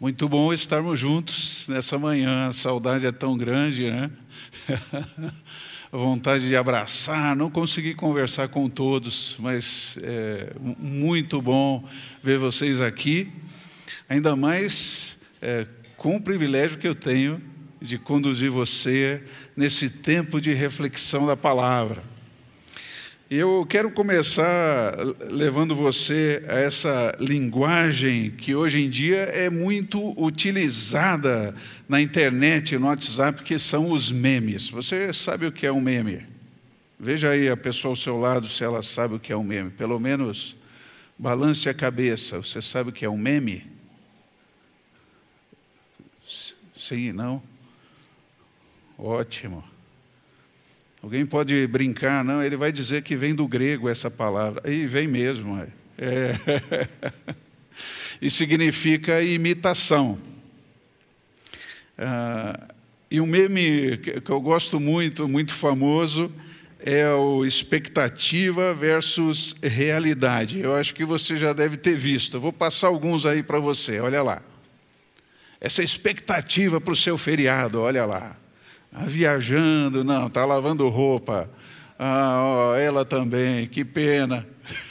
Muito bom estarmos juntos nessa manhã. A saudade é tão grande, né? A vontade de abraçar, não consegui conversar com todos, mas é muito bom ver vocês aqui. Ainda mais com o privilégio que eu tenho de conduzir você nesse tempo de reflexão da palavra. Eu quero começar levando você a essa linguagem que hoje em dia é muito utilizada na internet, no WhatsApp, que são os memes. Você sabe o que é um meme? Veja aí a pessoa ao seu lado se ela sabe o que é um meme. Pelo menos balance a cabeça. Você sabe o que é um meme? Sim, não? Ótimo. Alguém pode brincar, não? Ele vai dizer que vem do grego essa palavra. E vem mesmo. E significa imitação. E um meme que eu gosto muito, muito famoso, é o expectativa versus realidade. Eu acho que você já deve ter visto. Eu vou passar alguns aí para você, olha lá. Essa expectativa para o seu feriado, olha lá. Viajando, não, está lavando roupa. Ela também, que pena.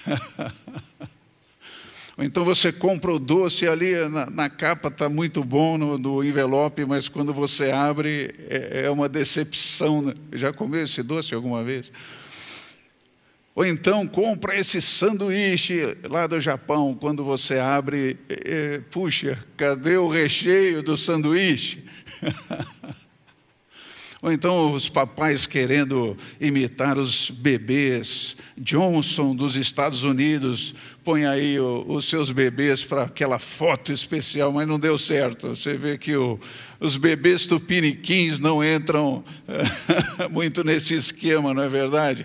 Ou então você compra o doce ali, na capa está muito bom no envelope, mas quando você abre é uma decepção. Né? Já comeu esse doce alguma vez? Ou então compra esse sanduíche lá do Japão, quando você abre, puxa, cadê o recheio do sanduíche? Ou então os papais querendo imitar os bebês Johnson dos Estados Unidos, põe aí os seus bebês para aquela foto especial, mas não deu certo. Você vê que os bebês tupiniquins não entram muito nesse esquema, não é verdade?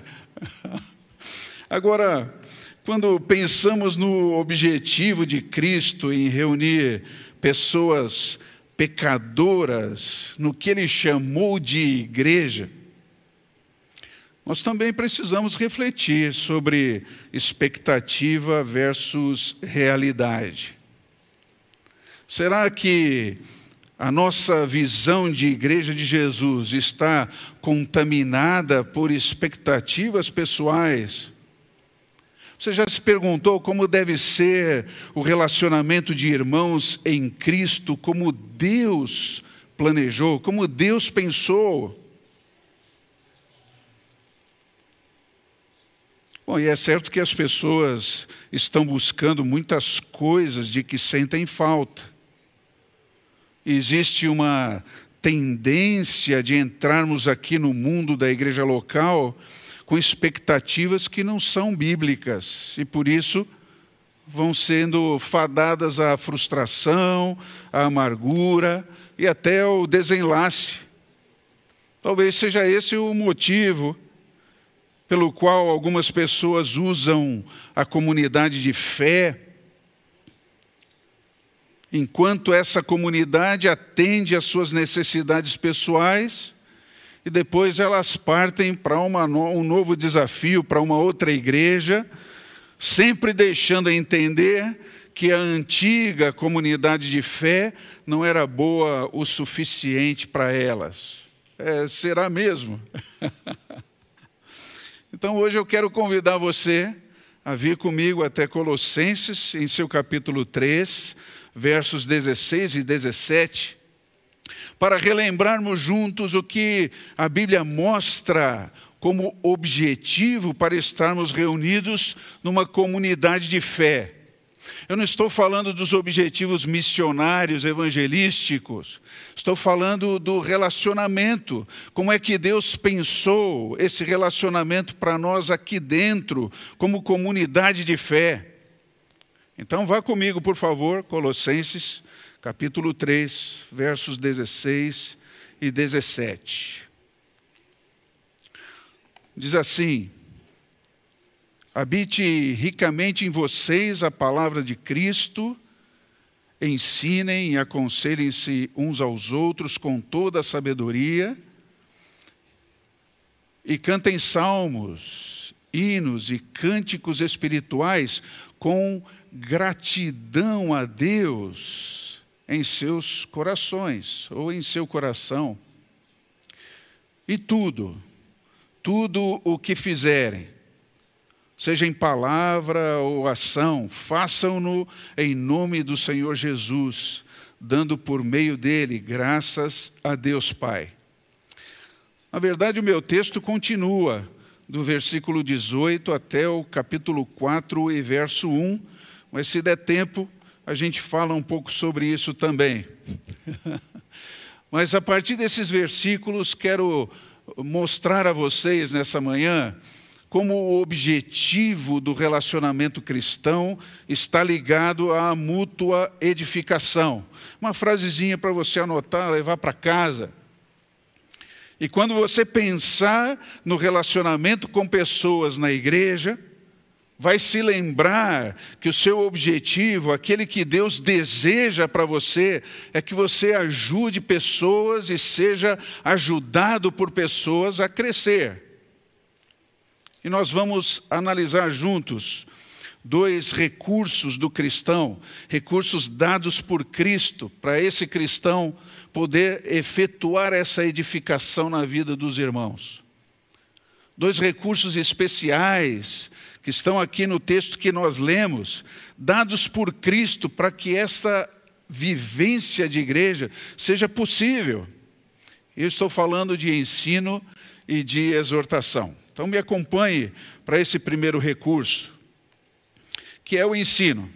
Agora, quando pensamos no objetivo de Cristo em reunir pessoas pecadoras, no que ele chamou de igreja, nós também precisamos refletir sobre expectativa versus realidade. Será que a nossa visão de igreja de Jesus está contaminada por expectativas pessoais? Você já se perguntou como deve ser o relacionamento de irmãos em Cristo, como Deus planejou, como Deus pensou? Bom, e é certo que as pessoas estão buscando muitas coisas de que sentem falta. Existe uma tendência de entrarmos aqui no mundo da igreja local com expectativas que não são bíblicas, e por isso vão sendo fadadas à frustração, à amargura e até ao desenlace. Talvez seja esse o motivo pelo qual algumas pessoas usam a comunidade de fé, enquanto essa comunidade atende às suas necessidades pessoais, e depois elas partem para um novo desafio, para uma outra igreja, sempre deixando a entender que a antiga comunidade de fé não era boa o suficiente para elas. Será mesmo? Então hoje eu quero convidar você a vir comigo até Colossenses, em seu capítulo 3, versos 16 e 17, para relembrarmos juntos o que a Bíblia mostra como objetivo para estarmos reunidos numa comunidade de fé. Eu não estou falando dos objetivos missionários, evangelísticos. Estou falando do relacionamento. Como é que Deus pensou esse relacionamento para nós aqui dentro, como comunidade de fé? Então vá comigo, por favor, Colossenses, capítulo 3, versos 16 e 17. Diz assim: habite ricamente em vocês a palavra de Cristo, ensinem e aconselhem-se uns aos outros com toda a sabedoria, e cantem salmos, hinos e cânticos espirituais com gratidão a Deus. em seus corações, ou em seu coração. E tudo o que fizerem, seja em palavra ou ação, façam-no em nome do Senhor Jesus, dando por meio dele graças a Deus Pai. Na verdade, o meu texto continua do versículo 18 até o capítulo 4 e verso 1, mas se der tempo, a gente fala um pouco sobre isso também. Mas a partir desses versículos, quero mostrar a vocês nessa manhã como o objetivo do relacionamento cristão está ligado à mútua edificação. Uma frasezinha para você anotar, levar para casa. E quando você pensar no relacionamento com pessoas na igreja, vai se lembrar que o seu objetivo, aquele que Deus deseja para você, é que você ajude pessoas e seja ajudado por pessoas a crescer. E nós vamos analisar juntos 2 recursos do cristão, recursos dados por Cristo, para esse cristão poder efetuar essa edificação na vida dos irmãos. 2 recursos especiais que estão aqui no texto que nós lemos, dados por Cristo para que essa vivência de igreja seja possível. Eu estou falando de ensino e de exortação. Então me acompanhe para esse primeiro recurso, que é o ensino.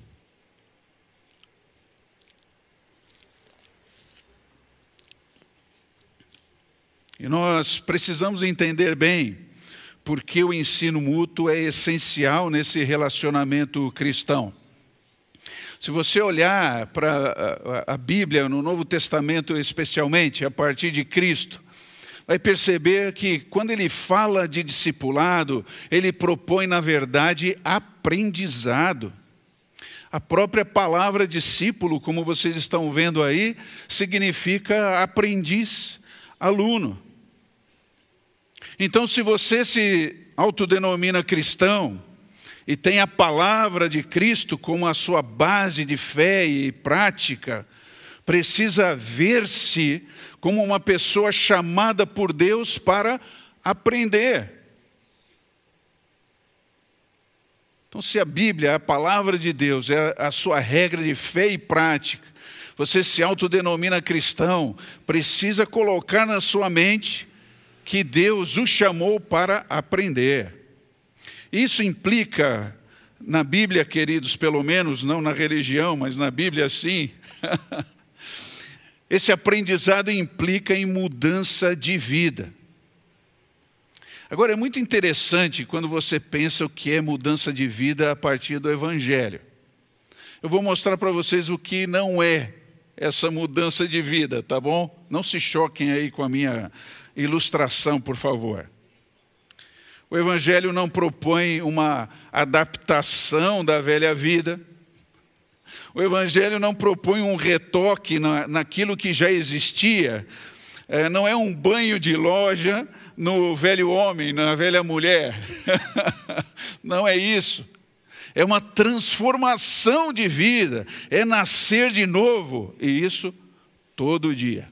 E nós precisamos entender bem porque o ensino mútuo é essencial nesse relacionamento cristão. Se você olhar para a Bíblia, no Novo Testamento especialmente, a partir de Cristo, vai perceber que quando ele fala de discipulado, ele propõe, na verdade, aprendizado. A própria palavra discípulo, como vocês estão vendo aí, significa aprendiz, aluno. Então, se você se autodenomina cristão e tem a palavra de Cristo como a sua base de fé e prática, precisa ver-se como uma pessoa chamada por Deus para aprender. Então, se a Bíblia, a palavra de Deus, é a sua regra de fé e prática, você se autodenomina cristão, precisa colocar na sua mente que Deus o chamou para aprender. Isso implica, na Bíblia, queridos, pelo menos, não na religião, mas na Bíblia sim, esse aprendizado implica em mudança de vida. Agora, é muito interessante quando você pensa o que é mudança de vida a partir do Evangelho. Eu vou mostrar para vocês o que não é essa mudança de vida, tá bom? Não se choquem aí com a minha ilustração, por favor. O Evangelho não propõe uma adaptação da velha vida. O Evangelho não propõe um retoque naquilo que já existia. Não é um banho de loja no velho homem, na velha mulher. Não é isso. É uma transformação de vida. É nascer de novo. E isso todo dia.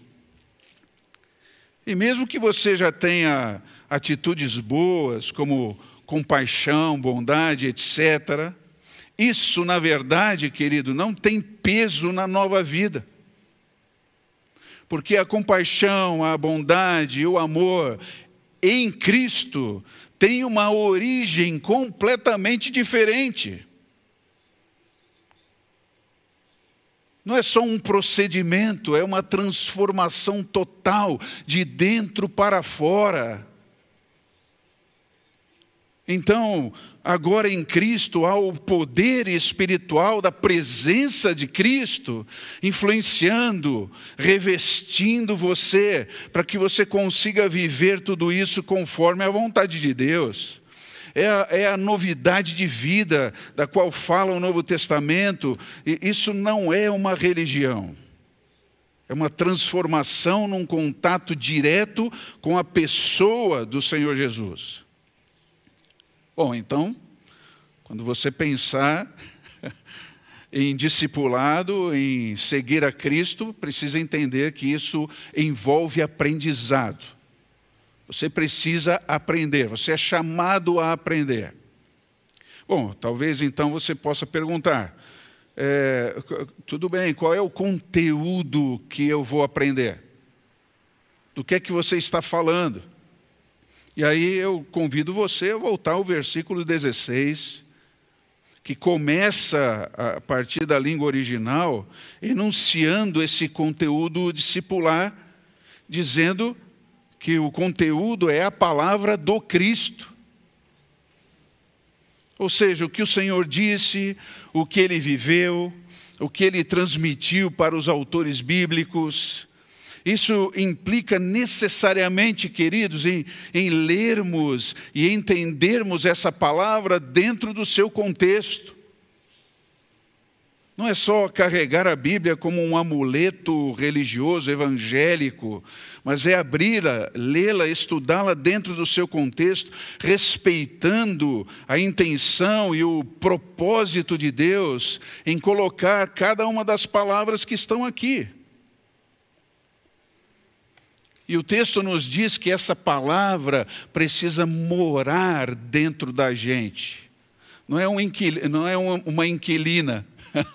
E mesmo que você já tenha atitudes boas, como compaixão, bondade, etc., isso, na verdade, querido, não tem peso na nova vida. Porque a compaixão, a bondade e o amor em Cristo tem uma origem completamente diferente. Não é só um procedimento, é uma transformação total, de dentro para fora. Então, agora em Cristo há o poder espiritual da presença de Cristo, influenciando, revestindo você, para que você consiga viver tudo isso conforme a vontade de Deus. É a novidade de vida da qual fala o Novo Testamento, e isso não é uma religião. É uma transformação num contato direto com a pessoa do Senhor Jesus. Bom, então, quando você pensar em discipulado, em seguir a Cristo, precisa entender que isso envolve aprendizado. Você precisa aprender, você é chamado a aprender. Bom, talvez então você possa perguntar, tudo bem, qual é o conteúdo que eu vou aprender? Do que é que você está falando? E aí eu convido você a voltar ao versículo 16, que começa a partir da língua original, enunciando esse conteúdo discipular, dizendo que o conteúdo é a palavra do Cristo. Ou seja, o que o Senhor disse, o que Ele viveu, o que Ele transmitiu para os autores bíblicos. Isso implica necessariamente, queridos, em lermos e entendermos essa palavra dentro do seu contexto. Não é só carregar a Bíblia como um amuleto religioso, evangélico, mas é abri-la, lê-la, estudá-la dentro do seu contexto, respeitando a intenção e o propósito de Deus em colocar cada uma das palavras que estão aqui. E o texto nos diz que essa palavra precisa morar dentro da gente. Não é uma inquilina.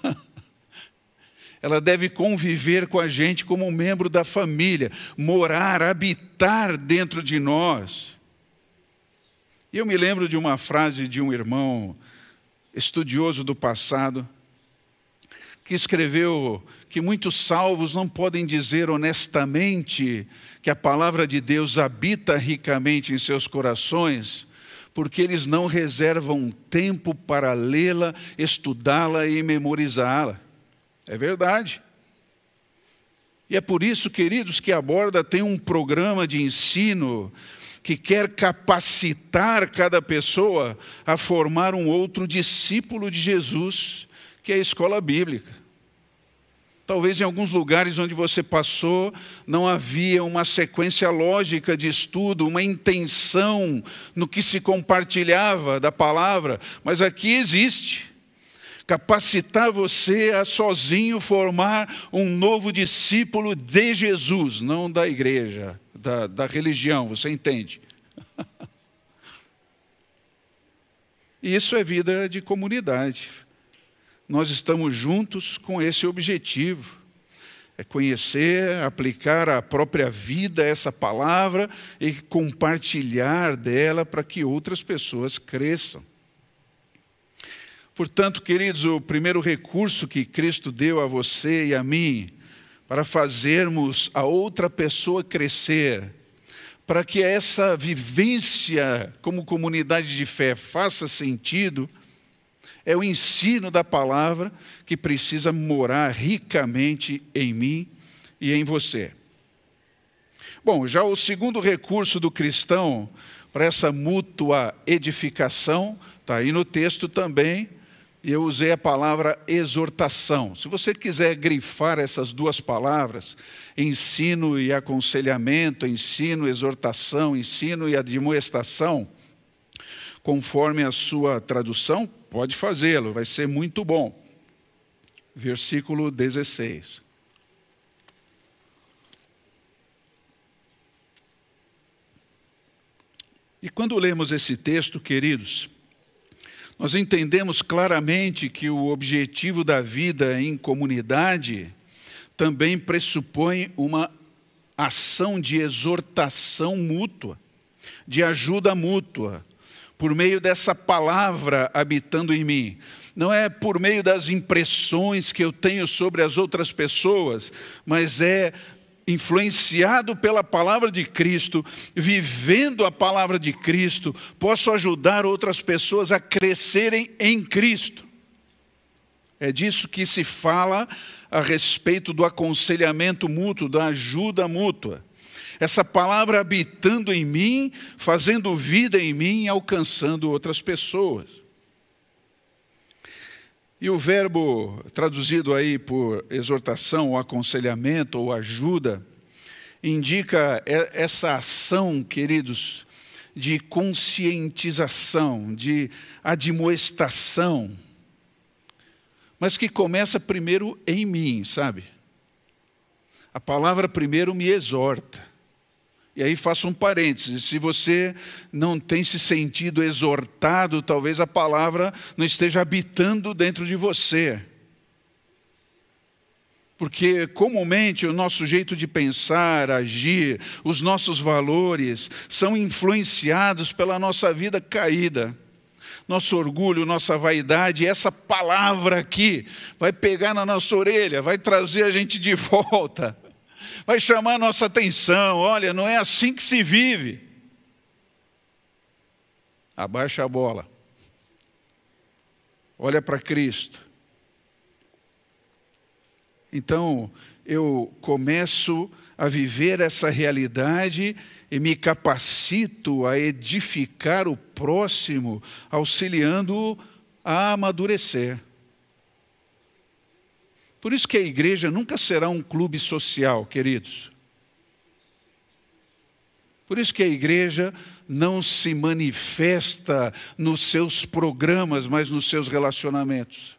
Ela deve conviver com a gente como um membro da família, morar, habitar dentro de nós. E eu me lembro de uma frase de um irmão estudioso do passado, que escreveu que muitos salvos não podem dizer honestamente que a palavra de Deus habita ricamente em seus corações, porque eles não reservam tempo para lê-la, estudá-la e memorizá-la. É verdade. E é por isso, queridos, que a Borda tem um programa de ensino que quer capacitar cada pessoa a formar um outro discípulo de Jesus, que é a escola bíblica. Talvez em alguns lugares onde você passou não havia uma sequência lógica de estudo, uma intenção no que se compartilhava da palavra, mas aqui existe. Capacitar você a sozinho formar um novo discípulo de Jesus, não da igreja, da religião, você entende? E isso é vida de comunidade. Nós estamos juntos com esse objetivo. É conhecer, aplicar à própria vida essa palavra e compartilhar dela para que outras pessoas cresçam. Portanto, queridos, o primeiro recurso que Cristo deu a você e a mim para fazermos a outra pessoa crescer, para que essa vivência como comunidade de fé faça sentido, é o ensino da palavra que precisa morar ricamente em mim e em você. Bom, já o segundo recurso do cristão para essa mútua edificação, está aí no texto também, eu usei a palavra exortação. Se você quiser grifar essas duas palavras, ensino e aconselhamento, ensino, exortação, ensino e admoestação, conforme a sua tradução, pode fazê-lo, vai ser muito bom. Versículo 16. E quando lemos esse texto, queridos, nós entendemos claramente que o objetivo da vida em comunidade também pressupõe uma ação de exortação mútua, de ajuda mútua, por meio dessa palavra habitando em mim. Não é por meio das impressões que eu tenho sobre as outras pessoas, mas é influenciado pela palavra de Cristo, vivendo a palavra de Cristo, posso ajudar outras pessoas a crescerem em Cristo. É disso que se fala a respeito do aconselhamento mútuo, da ajuda mútua. Essa palavra habitando em mim, fazendo vida em mim, alcançando outras pessoas. E o verbo traduzido aí por exortação, ou aconselhamento, ou ajuda, indica essa ação, queridos, de conscientização, de admoestação, mas que começa primeiro em mim, sabe? A palavra primeiro me exorta. E aí faço um parênteses, se você não tem se sentido exortado, talvez a palavra não esteja habitando dentro de você. Porque comumente o nosso jeito de pensar, agir, os nossos valores são influenciados pela nossa vida caída. Nosso orgulho, nossa vaidade, essa palavra aqui vai pegar na nossa orelha, vai trazer a gente de volta. Vai chamar a nossa atenção. Olha, não é assim que se vive. Abaixa a bola. Olha para Cristo. Então, eu começo a viver essa realidade e me capacito a edificar o próximo, auxiliando-o a amadurecer. Por isso que a igreja nunca será um clube social, queridos. Por isso que a igreja não se manifesta nos seus programas, mas nos seus relacionamentos.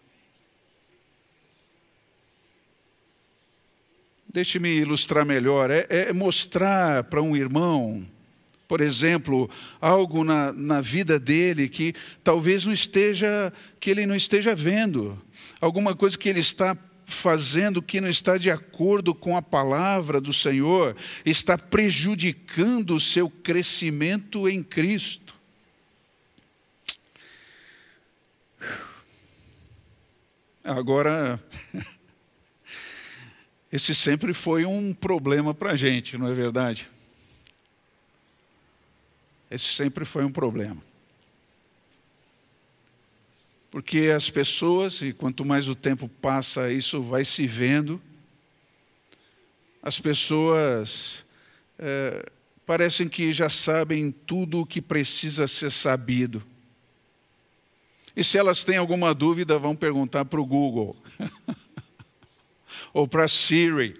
Deixe-me ilustrar melhor. É mostrar para um irmão, por exemplo, algo na vida dele que talvez ele não esteja vendo. Alguma coisa que ele está fazendo que não está de acordo com a palavra do Senhor, está prejudicando o seu crescimento em Cristo. Agora, esse sempre foi um problema para a gente, não é verdade? Esse sempre foi um problema. Porque as pessoas, e quanto mais o tempo passa, isso vai se vendo, as pessoas parecem que já sabem tudo o que precisa ser sabido. E se elas têm alguma dúvida, vão perguntar para o Google. Ou para a Siri.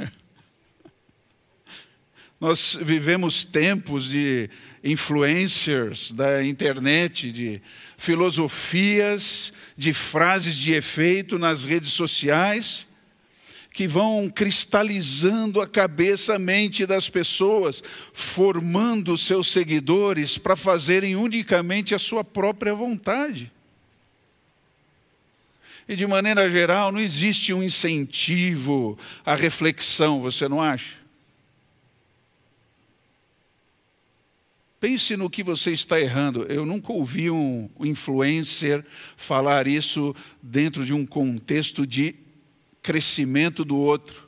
Nós vivemos tempos de influencers da internet, de filosofias, de frases de efeito nas redes sociais, que vão cristalizando a cabeça, a mente das pessoas, formando seus seguidores para fazerem unicamente a sua própria vontade. E de maneira geral, não existe um incentivo à reflexão, você não acha? Pense no que você está errando. Eu nunca ouvi um influencer falar isso dentro de um contexto de crescimento do outro.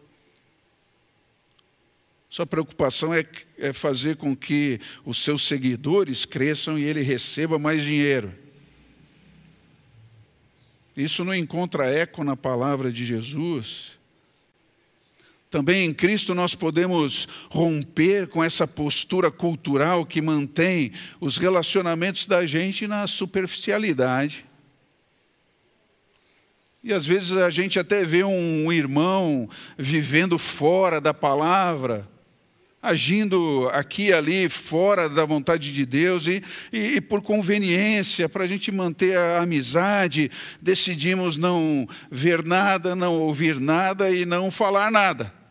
Sua preocupação é fazer com que os seus seguidores cresçam e ele receba mais dinheiro. Isso não encontra eco na palavra de Jesus. Também em Cristo nós podemos romper com essa postura cultural que mantém os relacionamentos da gente na superficialidade. E às vezes a gente até vê um irmão vivendo fora da palavra, agindo aqui e ali fora da vontade de Deus e por conveniência, para a gente manter a amizade, decidimos não ver nada, não ouvir nada e não falar nada.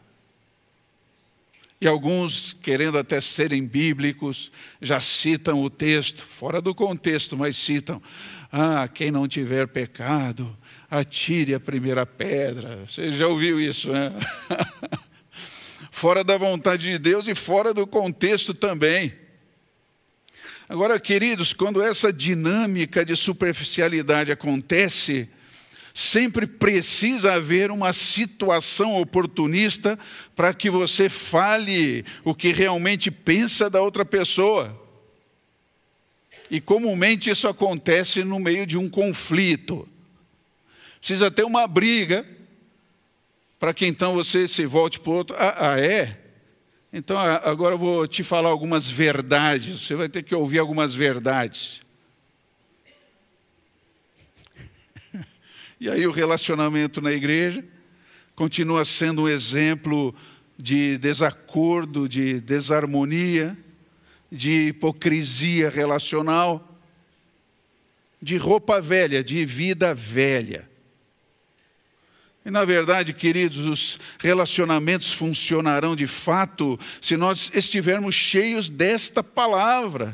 E alguns, querendo até serem bíblicos, já citam o texto, fora do contexto, mas citam: quem não tiver pecado, atire a primeira pedra. Você já ouviu isso, né? Fora da vontade de Deus e fora do contexto também. Agora, queridos, quando essa dinâmica de superficialidade acontece, sempre precisa haver uma situação oportunista para que você fale o que realmente pensa da outra pessoa. E comumente isso acontece no meio de um conflito. Precisa ter uma briga para que então você se volte para o outro. É? Então agora eu vou te falar algumas verdades. Você vai ter que ouvir algumas verdades. E aí o relacionamento na igreja continua sendo um exemplo de desacordo, de desarmonia, de hipocrisia relacional, de roupa velha, de vida velha. E, na verdade, queridos, os relacionamentos funcionarão de fato se nós estivermos cheios desta palavra,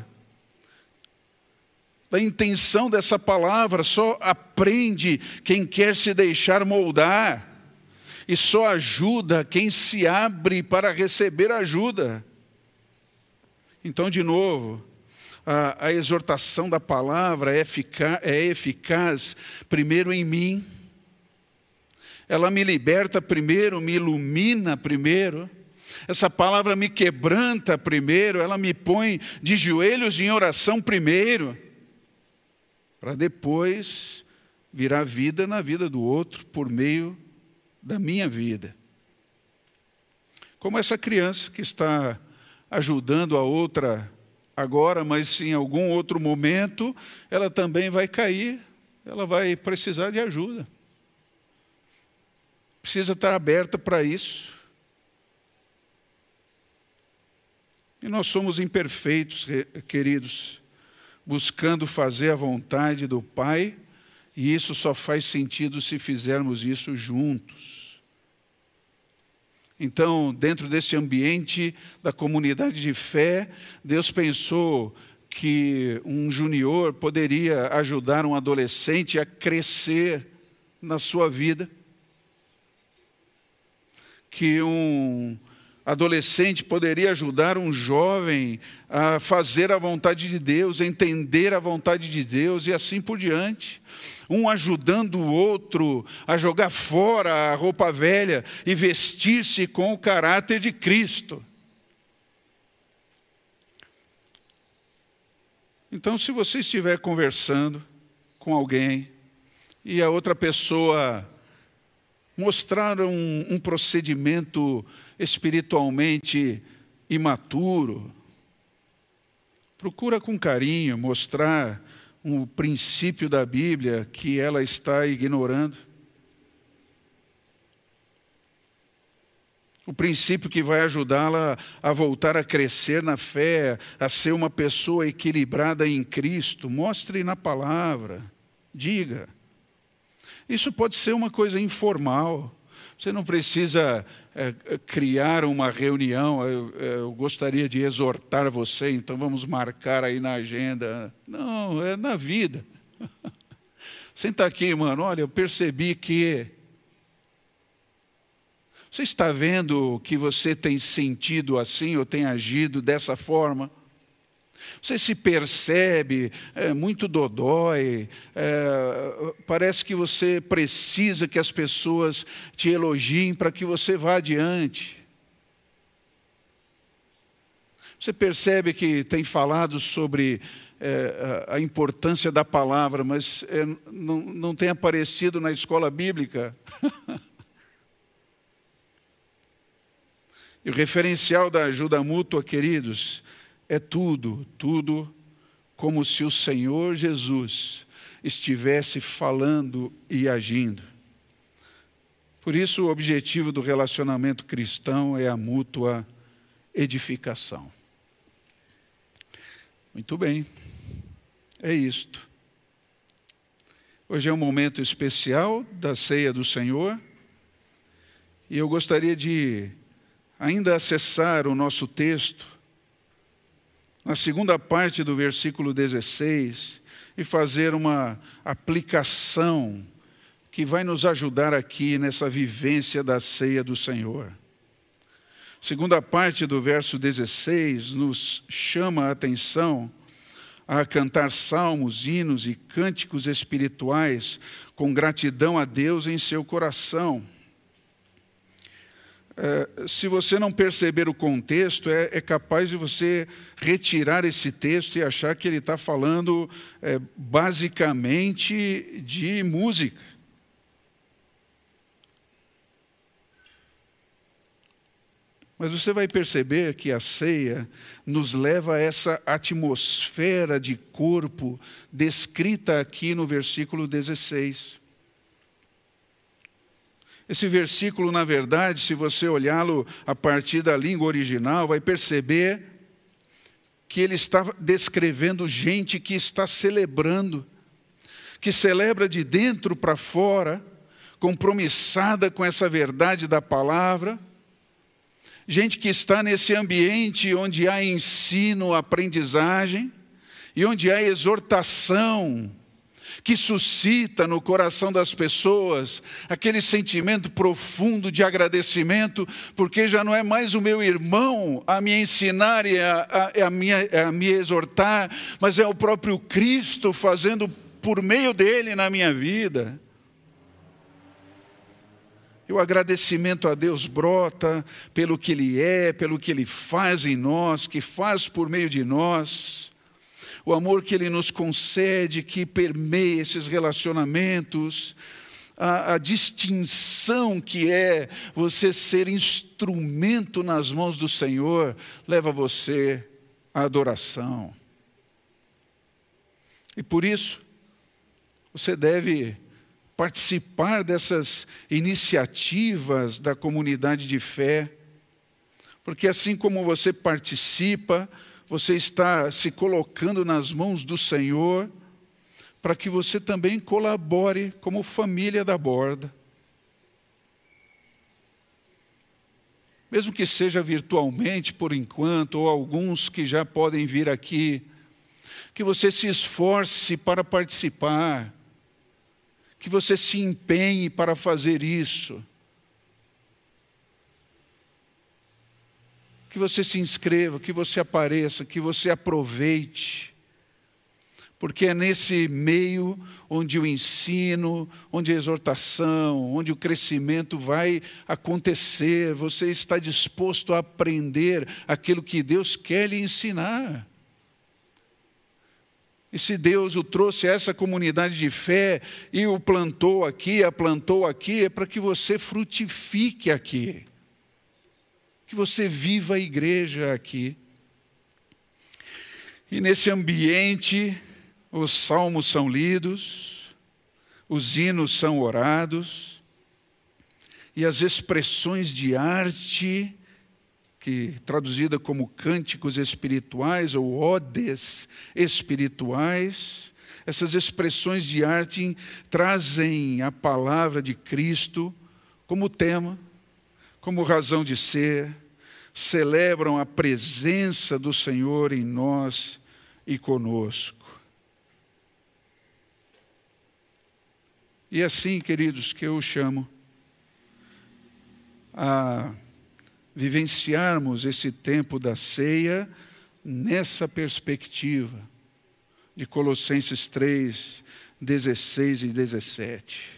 da intenção dessa palavra. Só aprende quem quer se deixar moldar, e só ajuda quem se abre para receber ajuda. Então, de novo, a exortação da palavra é eficaz primeiro em mim. Ela me liberta primeiro, me ilumina primeiro. Essa palavra me quebranta primeiro, ela me põe de joelhos em oração primeiro, para depois virar vida na vida do outro por meio da minha vida. Como essa criança que está ajudando a outra agora, mas em algum outro momento ela também vai cair, ela vai precisar de ajuda. Precisa estar aberta para isso. E nós somos imperfeitos, queridos, buscando fazer a vontade do Pai, e isso só faz sentido se fizermos isso juntos. Então, dentro desse ambiente da comunidade de fé, Deus pensou que um junior poderia ajudar um adolescente a crescer na sua vida, que um adolescente poderia ajudar um jovem a fazer a vontade de Deus, a entender a vontade de Deus e assim por diante. Um ajudando o outro a jogar fora a roupa velha e vestir-se com o caráter de Cristo. Então, se você estiver conversando com alguém e a outra pessoa mostrar um procedimento espiritualmente imaturo, procura com carinho mostrar um princípio da Bíblia que ela está ignorando. O princípio que vai ajudá-la a voltar a crescer na fé, a ser uma pessoa equilibrada em Cristo. Mostre na palavra, diga. Isso pode ser uma coisa informal. Você não precisa criar uma reunião. Eu gostaria de exortar você, então vamos marcar aí na agenda. Não, é na vida. Senta aqui, mano. Olha, eu percebi que você está vendo que você tem sentido assim ou tem agido dessa forma? Você se percebe muito dodói, parece que você precisa que as pessoas te elogiem para que você vá adiante. Você percebe que tem falado sobre a importância da palavra, mas não tem aparecido na escola bíblica. E o referencial da ajuda mútua, queridos, é tudo como se o Senhor Jesus estivesse falando e agindo. Por isso, o objetivo do relacionamento cristão é a mútua edificação. Muito bem, é isto. Hoje é um momento especial da ceia do Senhor, e eu gostaria de ainda acessar o nosso texto, na segunda parte do versículo 16, e fazer uma aplicação que vai nos ajudar aqui nessa vivência da ceia do Senhor. Segunda parte do verso 16 nos chama a atenção a cantar salmos, hinos e cânticos espirituais com gratidão a Deus em seu coração. Se você não perceber o contexto, é capaz de você retirar esse texto e achar que ele está falando basicamente de música. Mas você vai perceber que a ceia nos leva a essa atmosfera de corpo descrita aqui no versículo 16. Esse versículo, na verdade, se você olhá-lo a partir da língua original, vai perceber que ele está descrevendo gente que está celebrando, que celebra de dentro para fora, compromissada com essa verdade da palavra, gente que está nesse ambiente onde há ensino, aprendizagem, e onde há exortação, que suscita no coração das pessoas aquele sentimento profundo de agradecimento, porque já não é mais o meu irmão a me ensinar e a me exortar, mas é o próprio Cristo fazendo por meio dele na minha vida. E o agradecimento a Deus brota pelo que Ele é, pelo que Ele faz em nós, que faz por meio de nós. O amor que Ele nos concede, que permeia esses relacionamentos. A distinção que é você ser instrumento nas mãos do Senhor, leva você à adoração. E por isso, você deve participar dessas iniciativas da comunidade de fé, porque assim como você participa, você está se colocando nas mãos do Senhor, para que você também colabore como família da borda. Mesmo que seja virtualmente por enquanto, ou alguns que já podem vir aqui, que você se esforce para participar, que você se empenhe para fazer isso, que você se inscreva, que você apareça, que você aproveite, porque é nesse meio onde o ensino, onde a exortação, onde o crescimento vai acontecer, você está disposto a aprender aquilo que Deus quer lhe ensinar. E se Deus o trouxe a essa comunidade de fé e o plantou aqui, a plantou aqui, é para que você frutifique aqui. Que você viva a igreja aqui. E nesse ambiente, os salmos são lidos, os hinos são orados, e as expressões de arte, que traduzida como cânticos espirituais ou odes espirituais, essas expressões de arte trazem a palavra de Cristo como tema, como razão de ser, celebram a presença do Senhor em nós e conosco. E é assim, queridos, que eu chamo a vivenciarmos esse tempo da ceia nessa perspectiva de Colossenses 3, 16 e 17.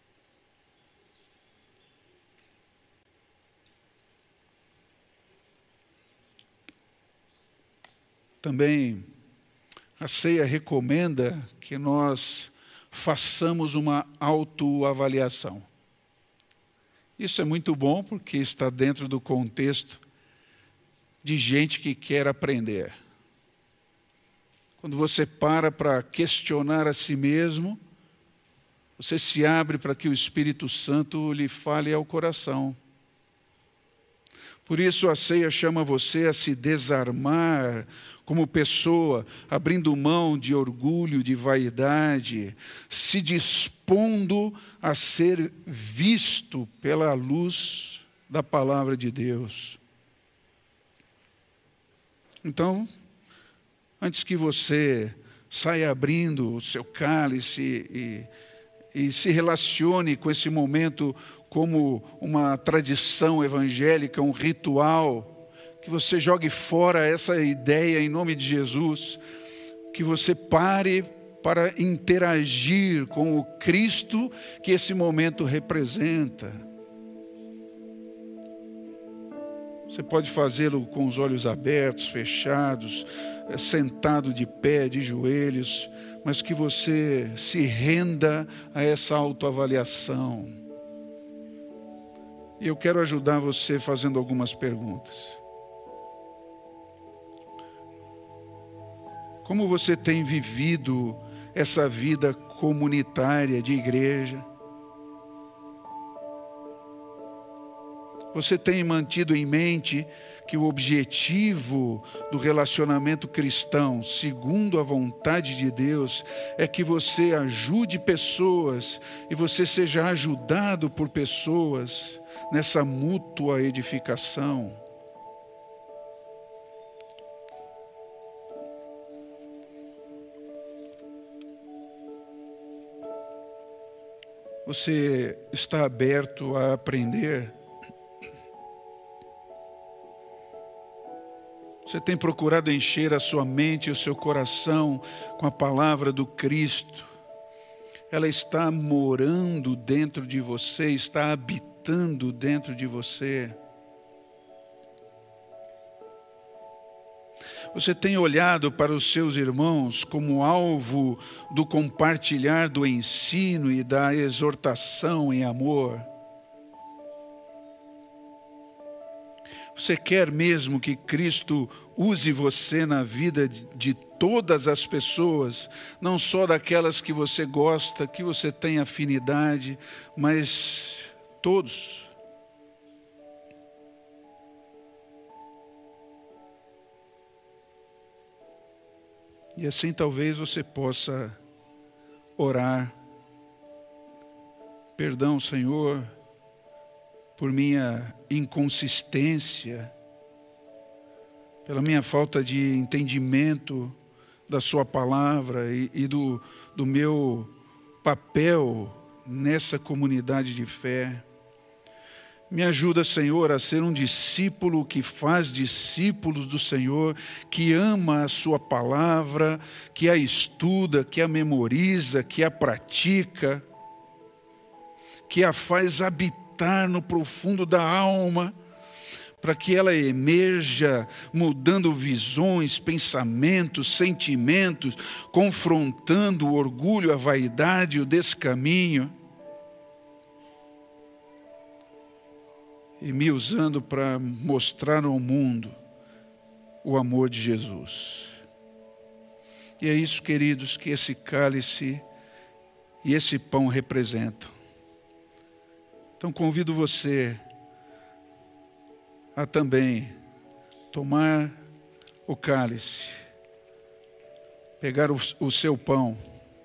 Também a ceia recomenda que nós façamos uma autoavaliação. Isso é muito bom porque está dentro do contexto de gente que quer aprender. Quando você para questionar a si mesmo, você se abre para que o Espírito Santo lhe fale ao coração. Por isso a ceia chama você a se desarmar como pessoa, abrindo mão de orgulho, de vaidade, se dispondo a ser visto pela luz da palavra de Deus. Então, antes que você saia abrindo o seu cálice e se relacione com esse momento como uma tradição evangélica, um ritual, que você jogue fora essa ideia em nome de Jesus, que você pare para interagir com o Cristo que esse momento representa. Você pode fazê-lo com os olhos abertos, fechados, sentado de pé, de joelhos, mas que você se renda a essa autoavaliação. E eu quero ajudar você fazendo algumas perguntas. Como você tem vivido essa vida comunitária de igreja? Você tem mantido em mente que o objetivo do relacionamento cristão, segundo a vontade de Deus, é que você ajude pessoas e você seja ajudado por pessoas nessa mútua edificação? Você está aberto a aprender? Você tem procurado encher a sua mente e o seu coração com a palavra do Cristo? Ela está morando dentro de você, está habitando dentro de você. Você tem olhado para os seus irmãos como alvo do compartilhar do ensino e da exortação em amor? Você quer mesmo que Cristo use você na vida de todas as pessoas, não só daquelas que você gosta, que você tem afinidade, mas todos? E assim talvez você possa orar: perdão, Senhor, por minha inconsistência, pela minha falta de entendimento da sua palavra e do meu papel nessa comunidade de fé. Me ajuda, Senhor, a ser um discípulo que faz discípulos do Senhor, que ama a sua palavra, que a estuda, que a memoriza, que a pratica, que a faz habitar no profundo da alma, para que ela emerja mudando visões, pensamentos, sentimentos, confrontando o orgulho, a vaidade, o descaminho, e me usando para mostrar ao mundo o amor de Jesus. E é isso, queridos, que esse cálice e esse pão representam. Então convido você a também tomar o cálice, pegar o seu pão,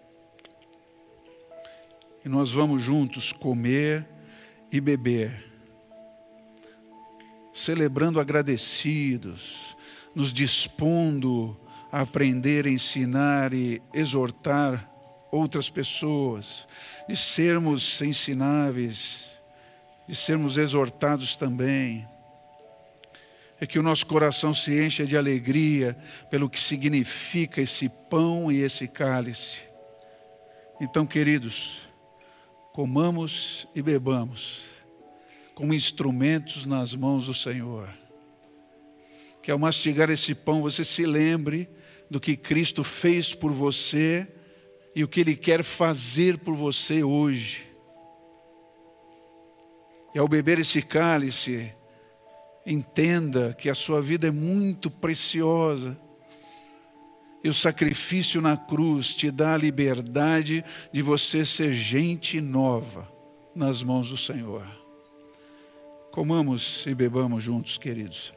e nós vamos juntos comer e beber, celebrando agradecidos, nos dispondo a aprender, ensinar e exortar outras pessoas, de sermos ensináveis, de sermos exortados também. É que o nosso coração se encha de alegria pelo que significa esse pão e esse cálice. Então, queridos, comamos e bebamos como instrumentos nas mãos do Senhor. Que ao mastigar esse pão você se lembre do que Cristo fez por você e o que Ele quer fazer por você hoje. E ao beber esse cálice, entenda que a sua vida é muito preciosa. E o sacrifício na cruz te dá a liberdade de você ser gente nova nas mãos do Senhor. Comamos e bebamos juntos, queridos.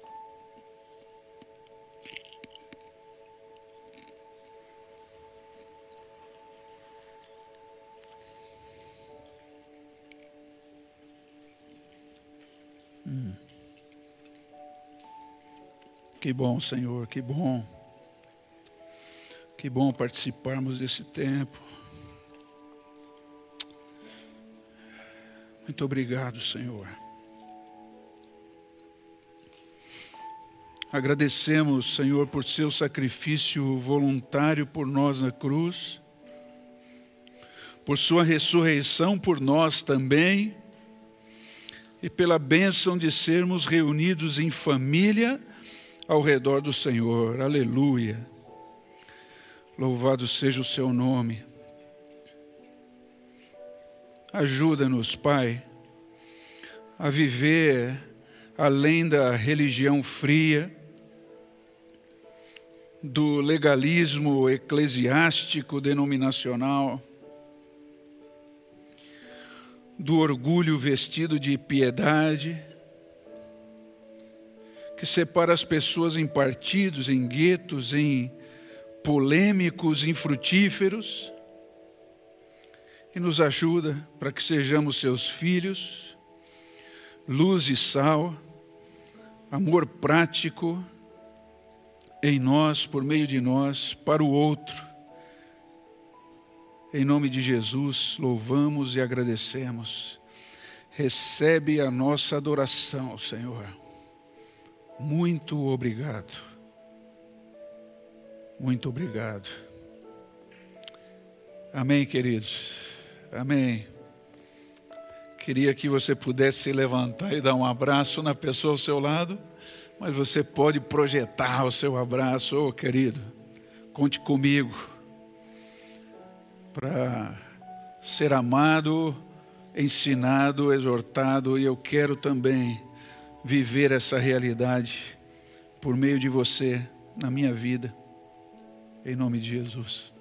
Que bom, Senhor, que bom. Que bom participarmos desse tempo. Muito obrigado, Senhor. Agradecemos, Senhor, por seu sacrifício voluntário por nós na cruz, por sua ressurreição por nós também, e pela bênção de sermos reunidos em família ao redor do Senhor. Aleluia. Louvado seja o seu nome. Ajuda-nos, Pai, a viver além da religião fria, do legalismo eclesiástico denominacional, do orgulho vestido de piedade, que separa as pessoas em partidos, em guetos, em polêmicos, infrutíferos, e nos ajuda para que sejamos seus filhos, luz e sal, amor prático em nós, por meio de nós, para o outro. Em nome de Jesus, louvamos e agradecemos. Recebe a nossa adoração, Senhor. Muito obrigado. Muito obrigado. Amém, queridos. Amém. Queria que você pudesse se levantar e dar um abraço na pessoa ao seu lado, mas você pode projetar o seu abraço. Ô, querido, conte comigo para ser amado, ensinado, exortado, e eu quero também viver essa realidade por meio de você na minha vida, em nome de Jesus.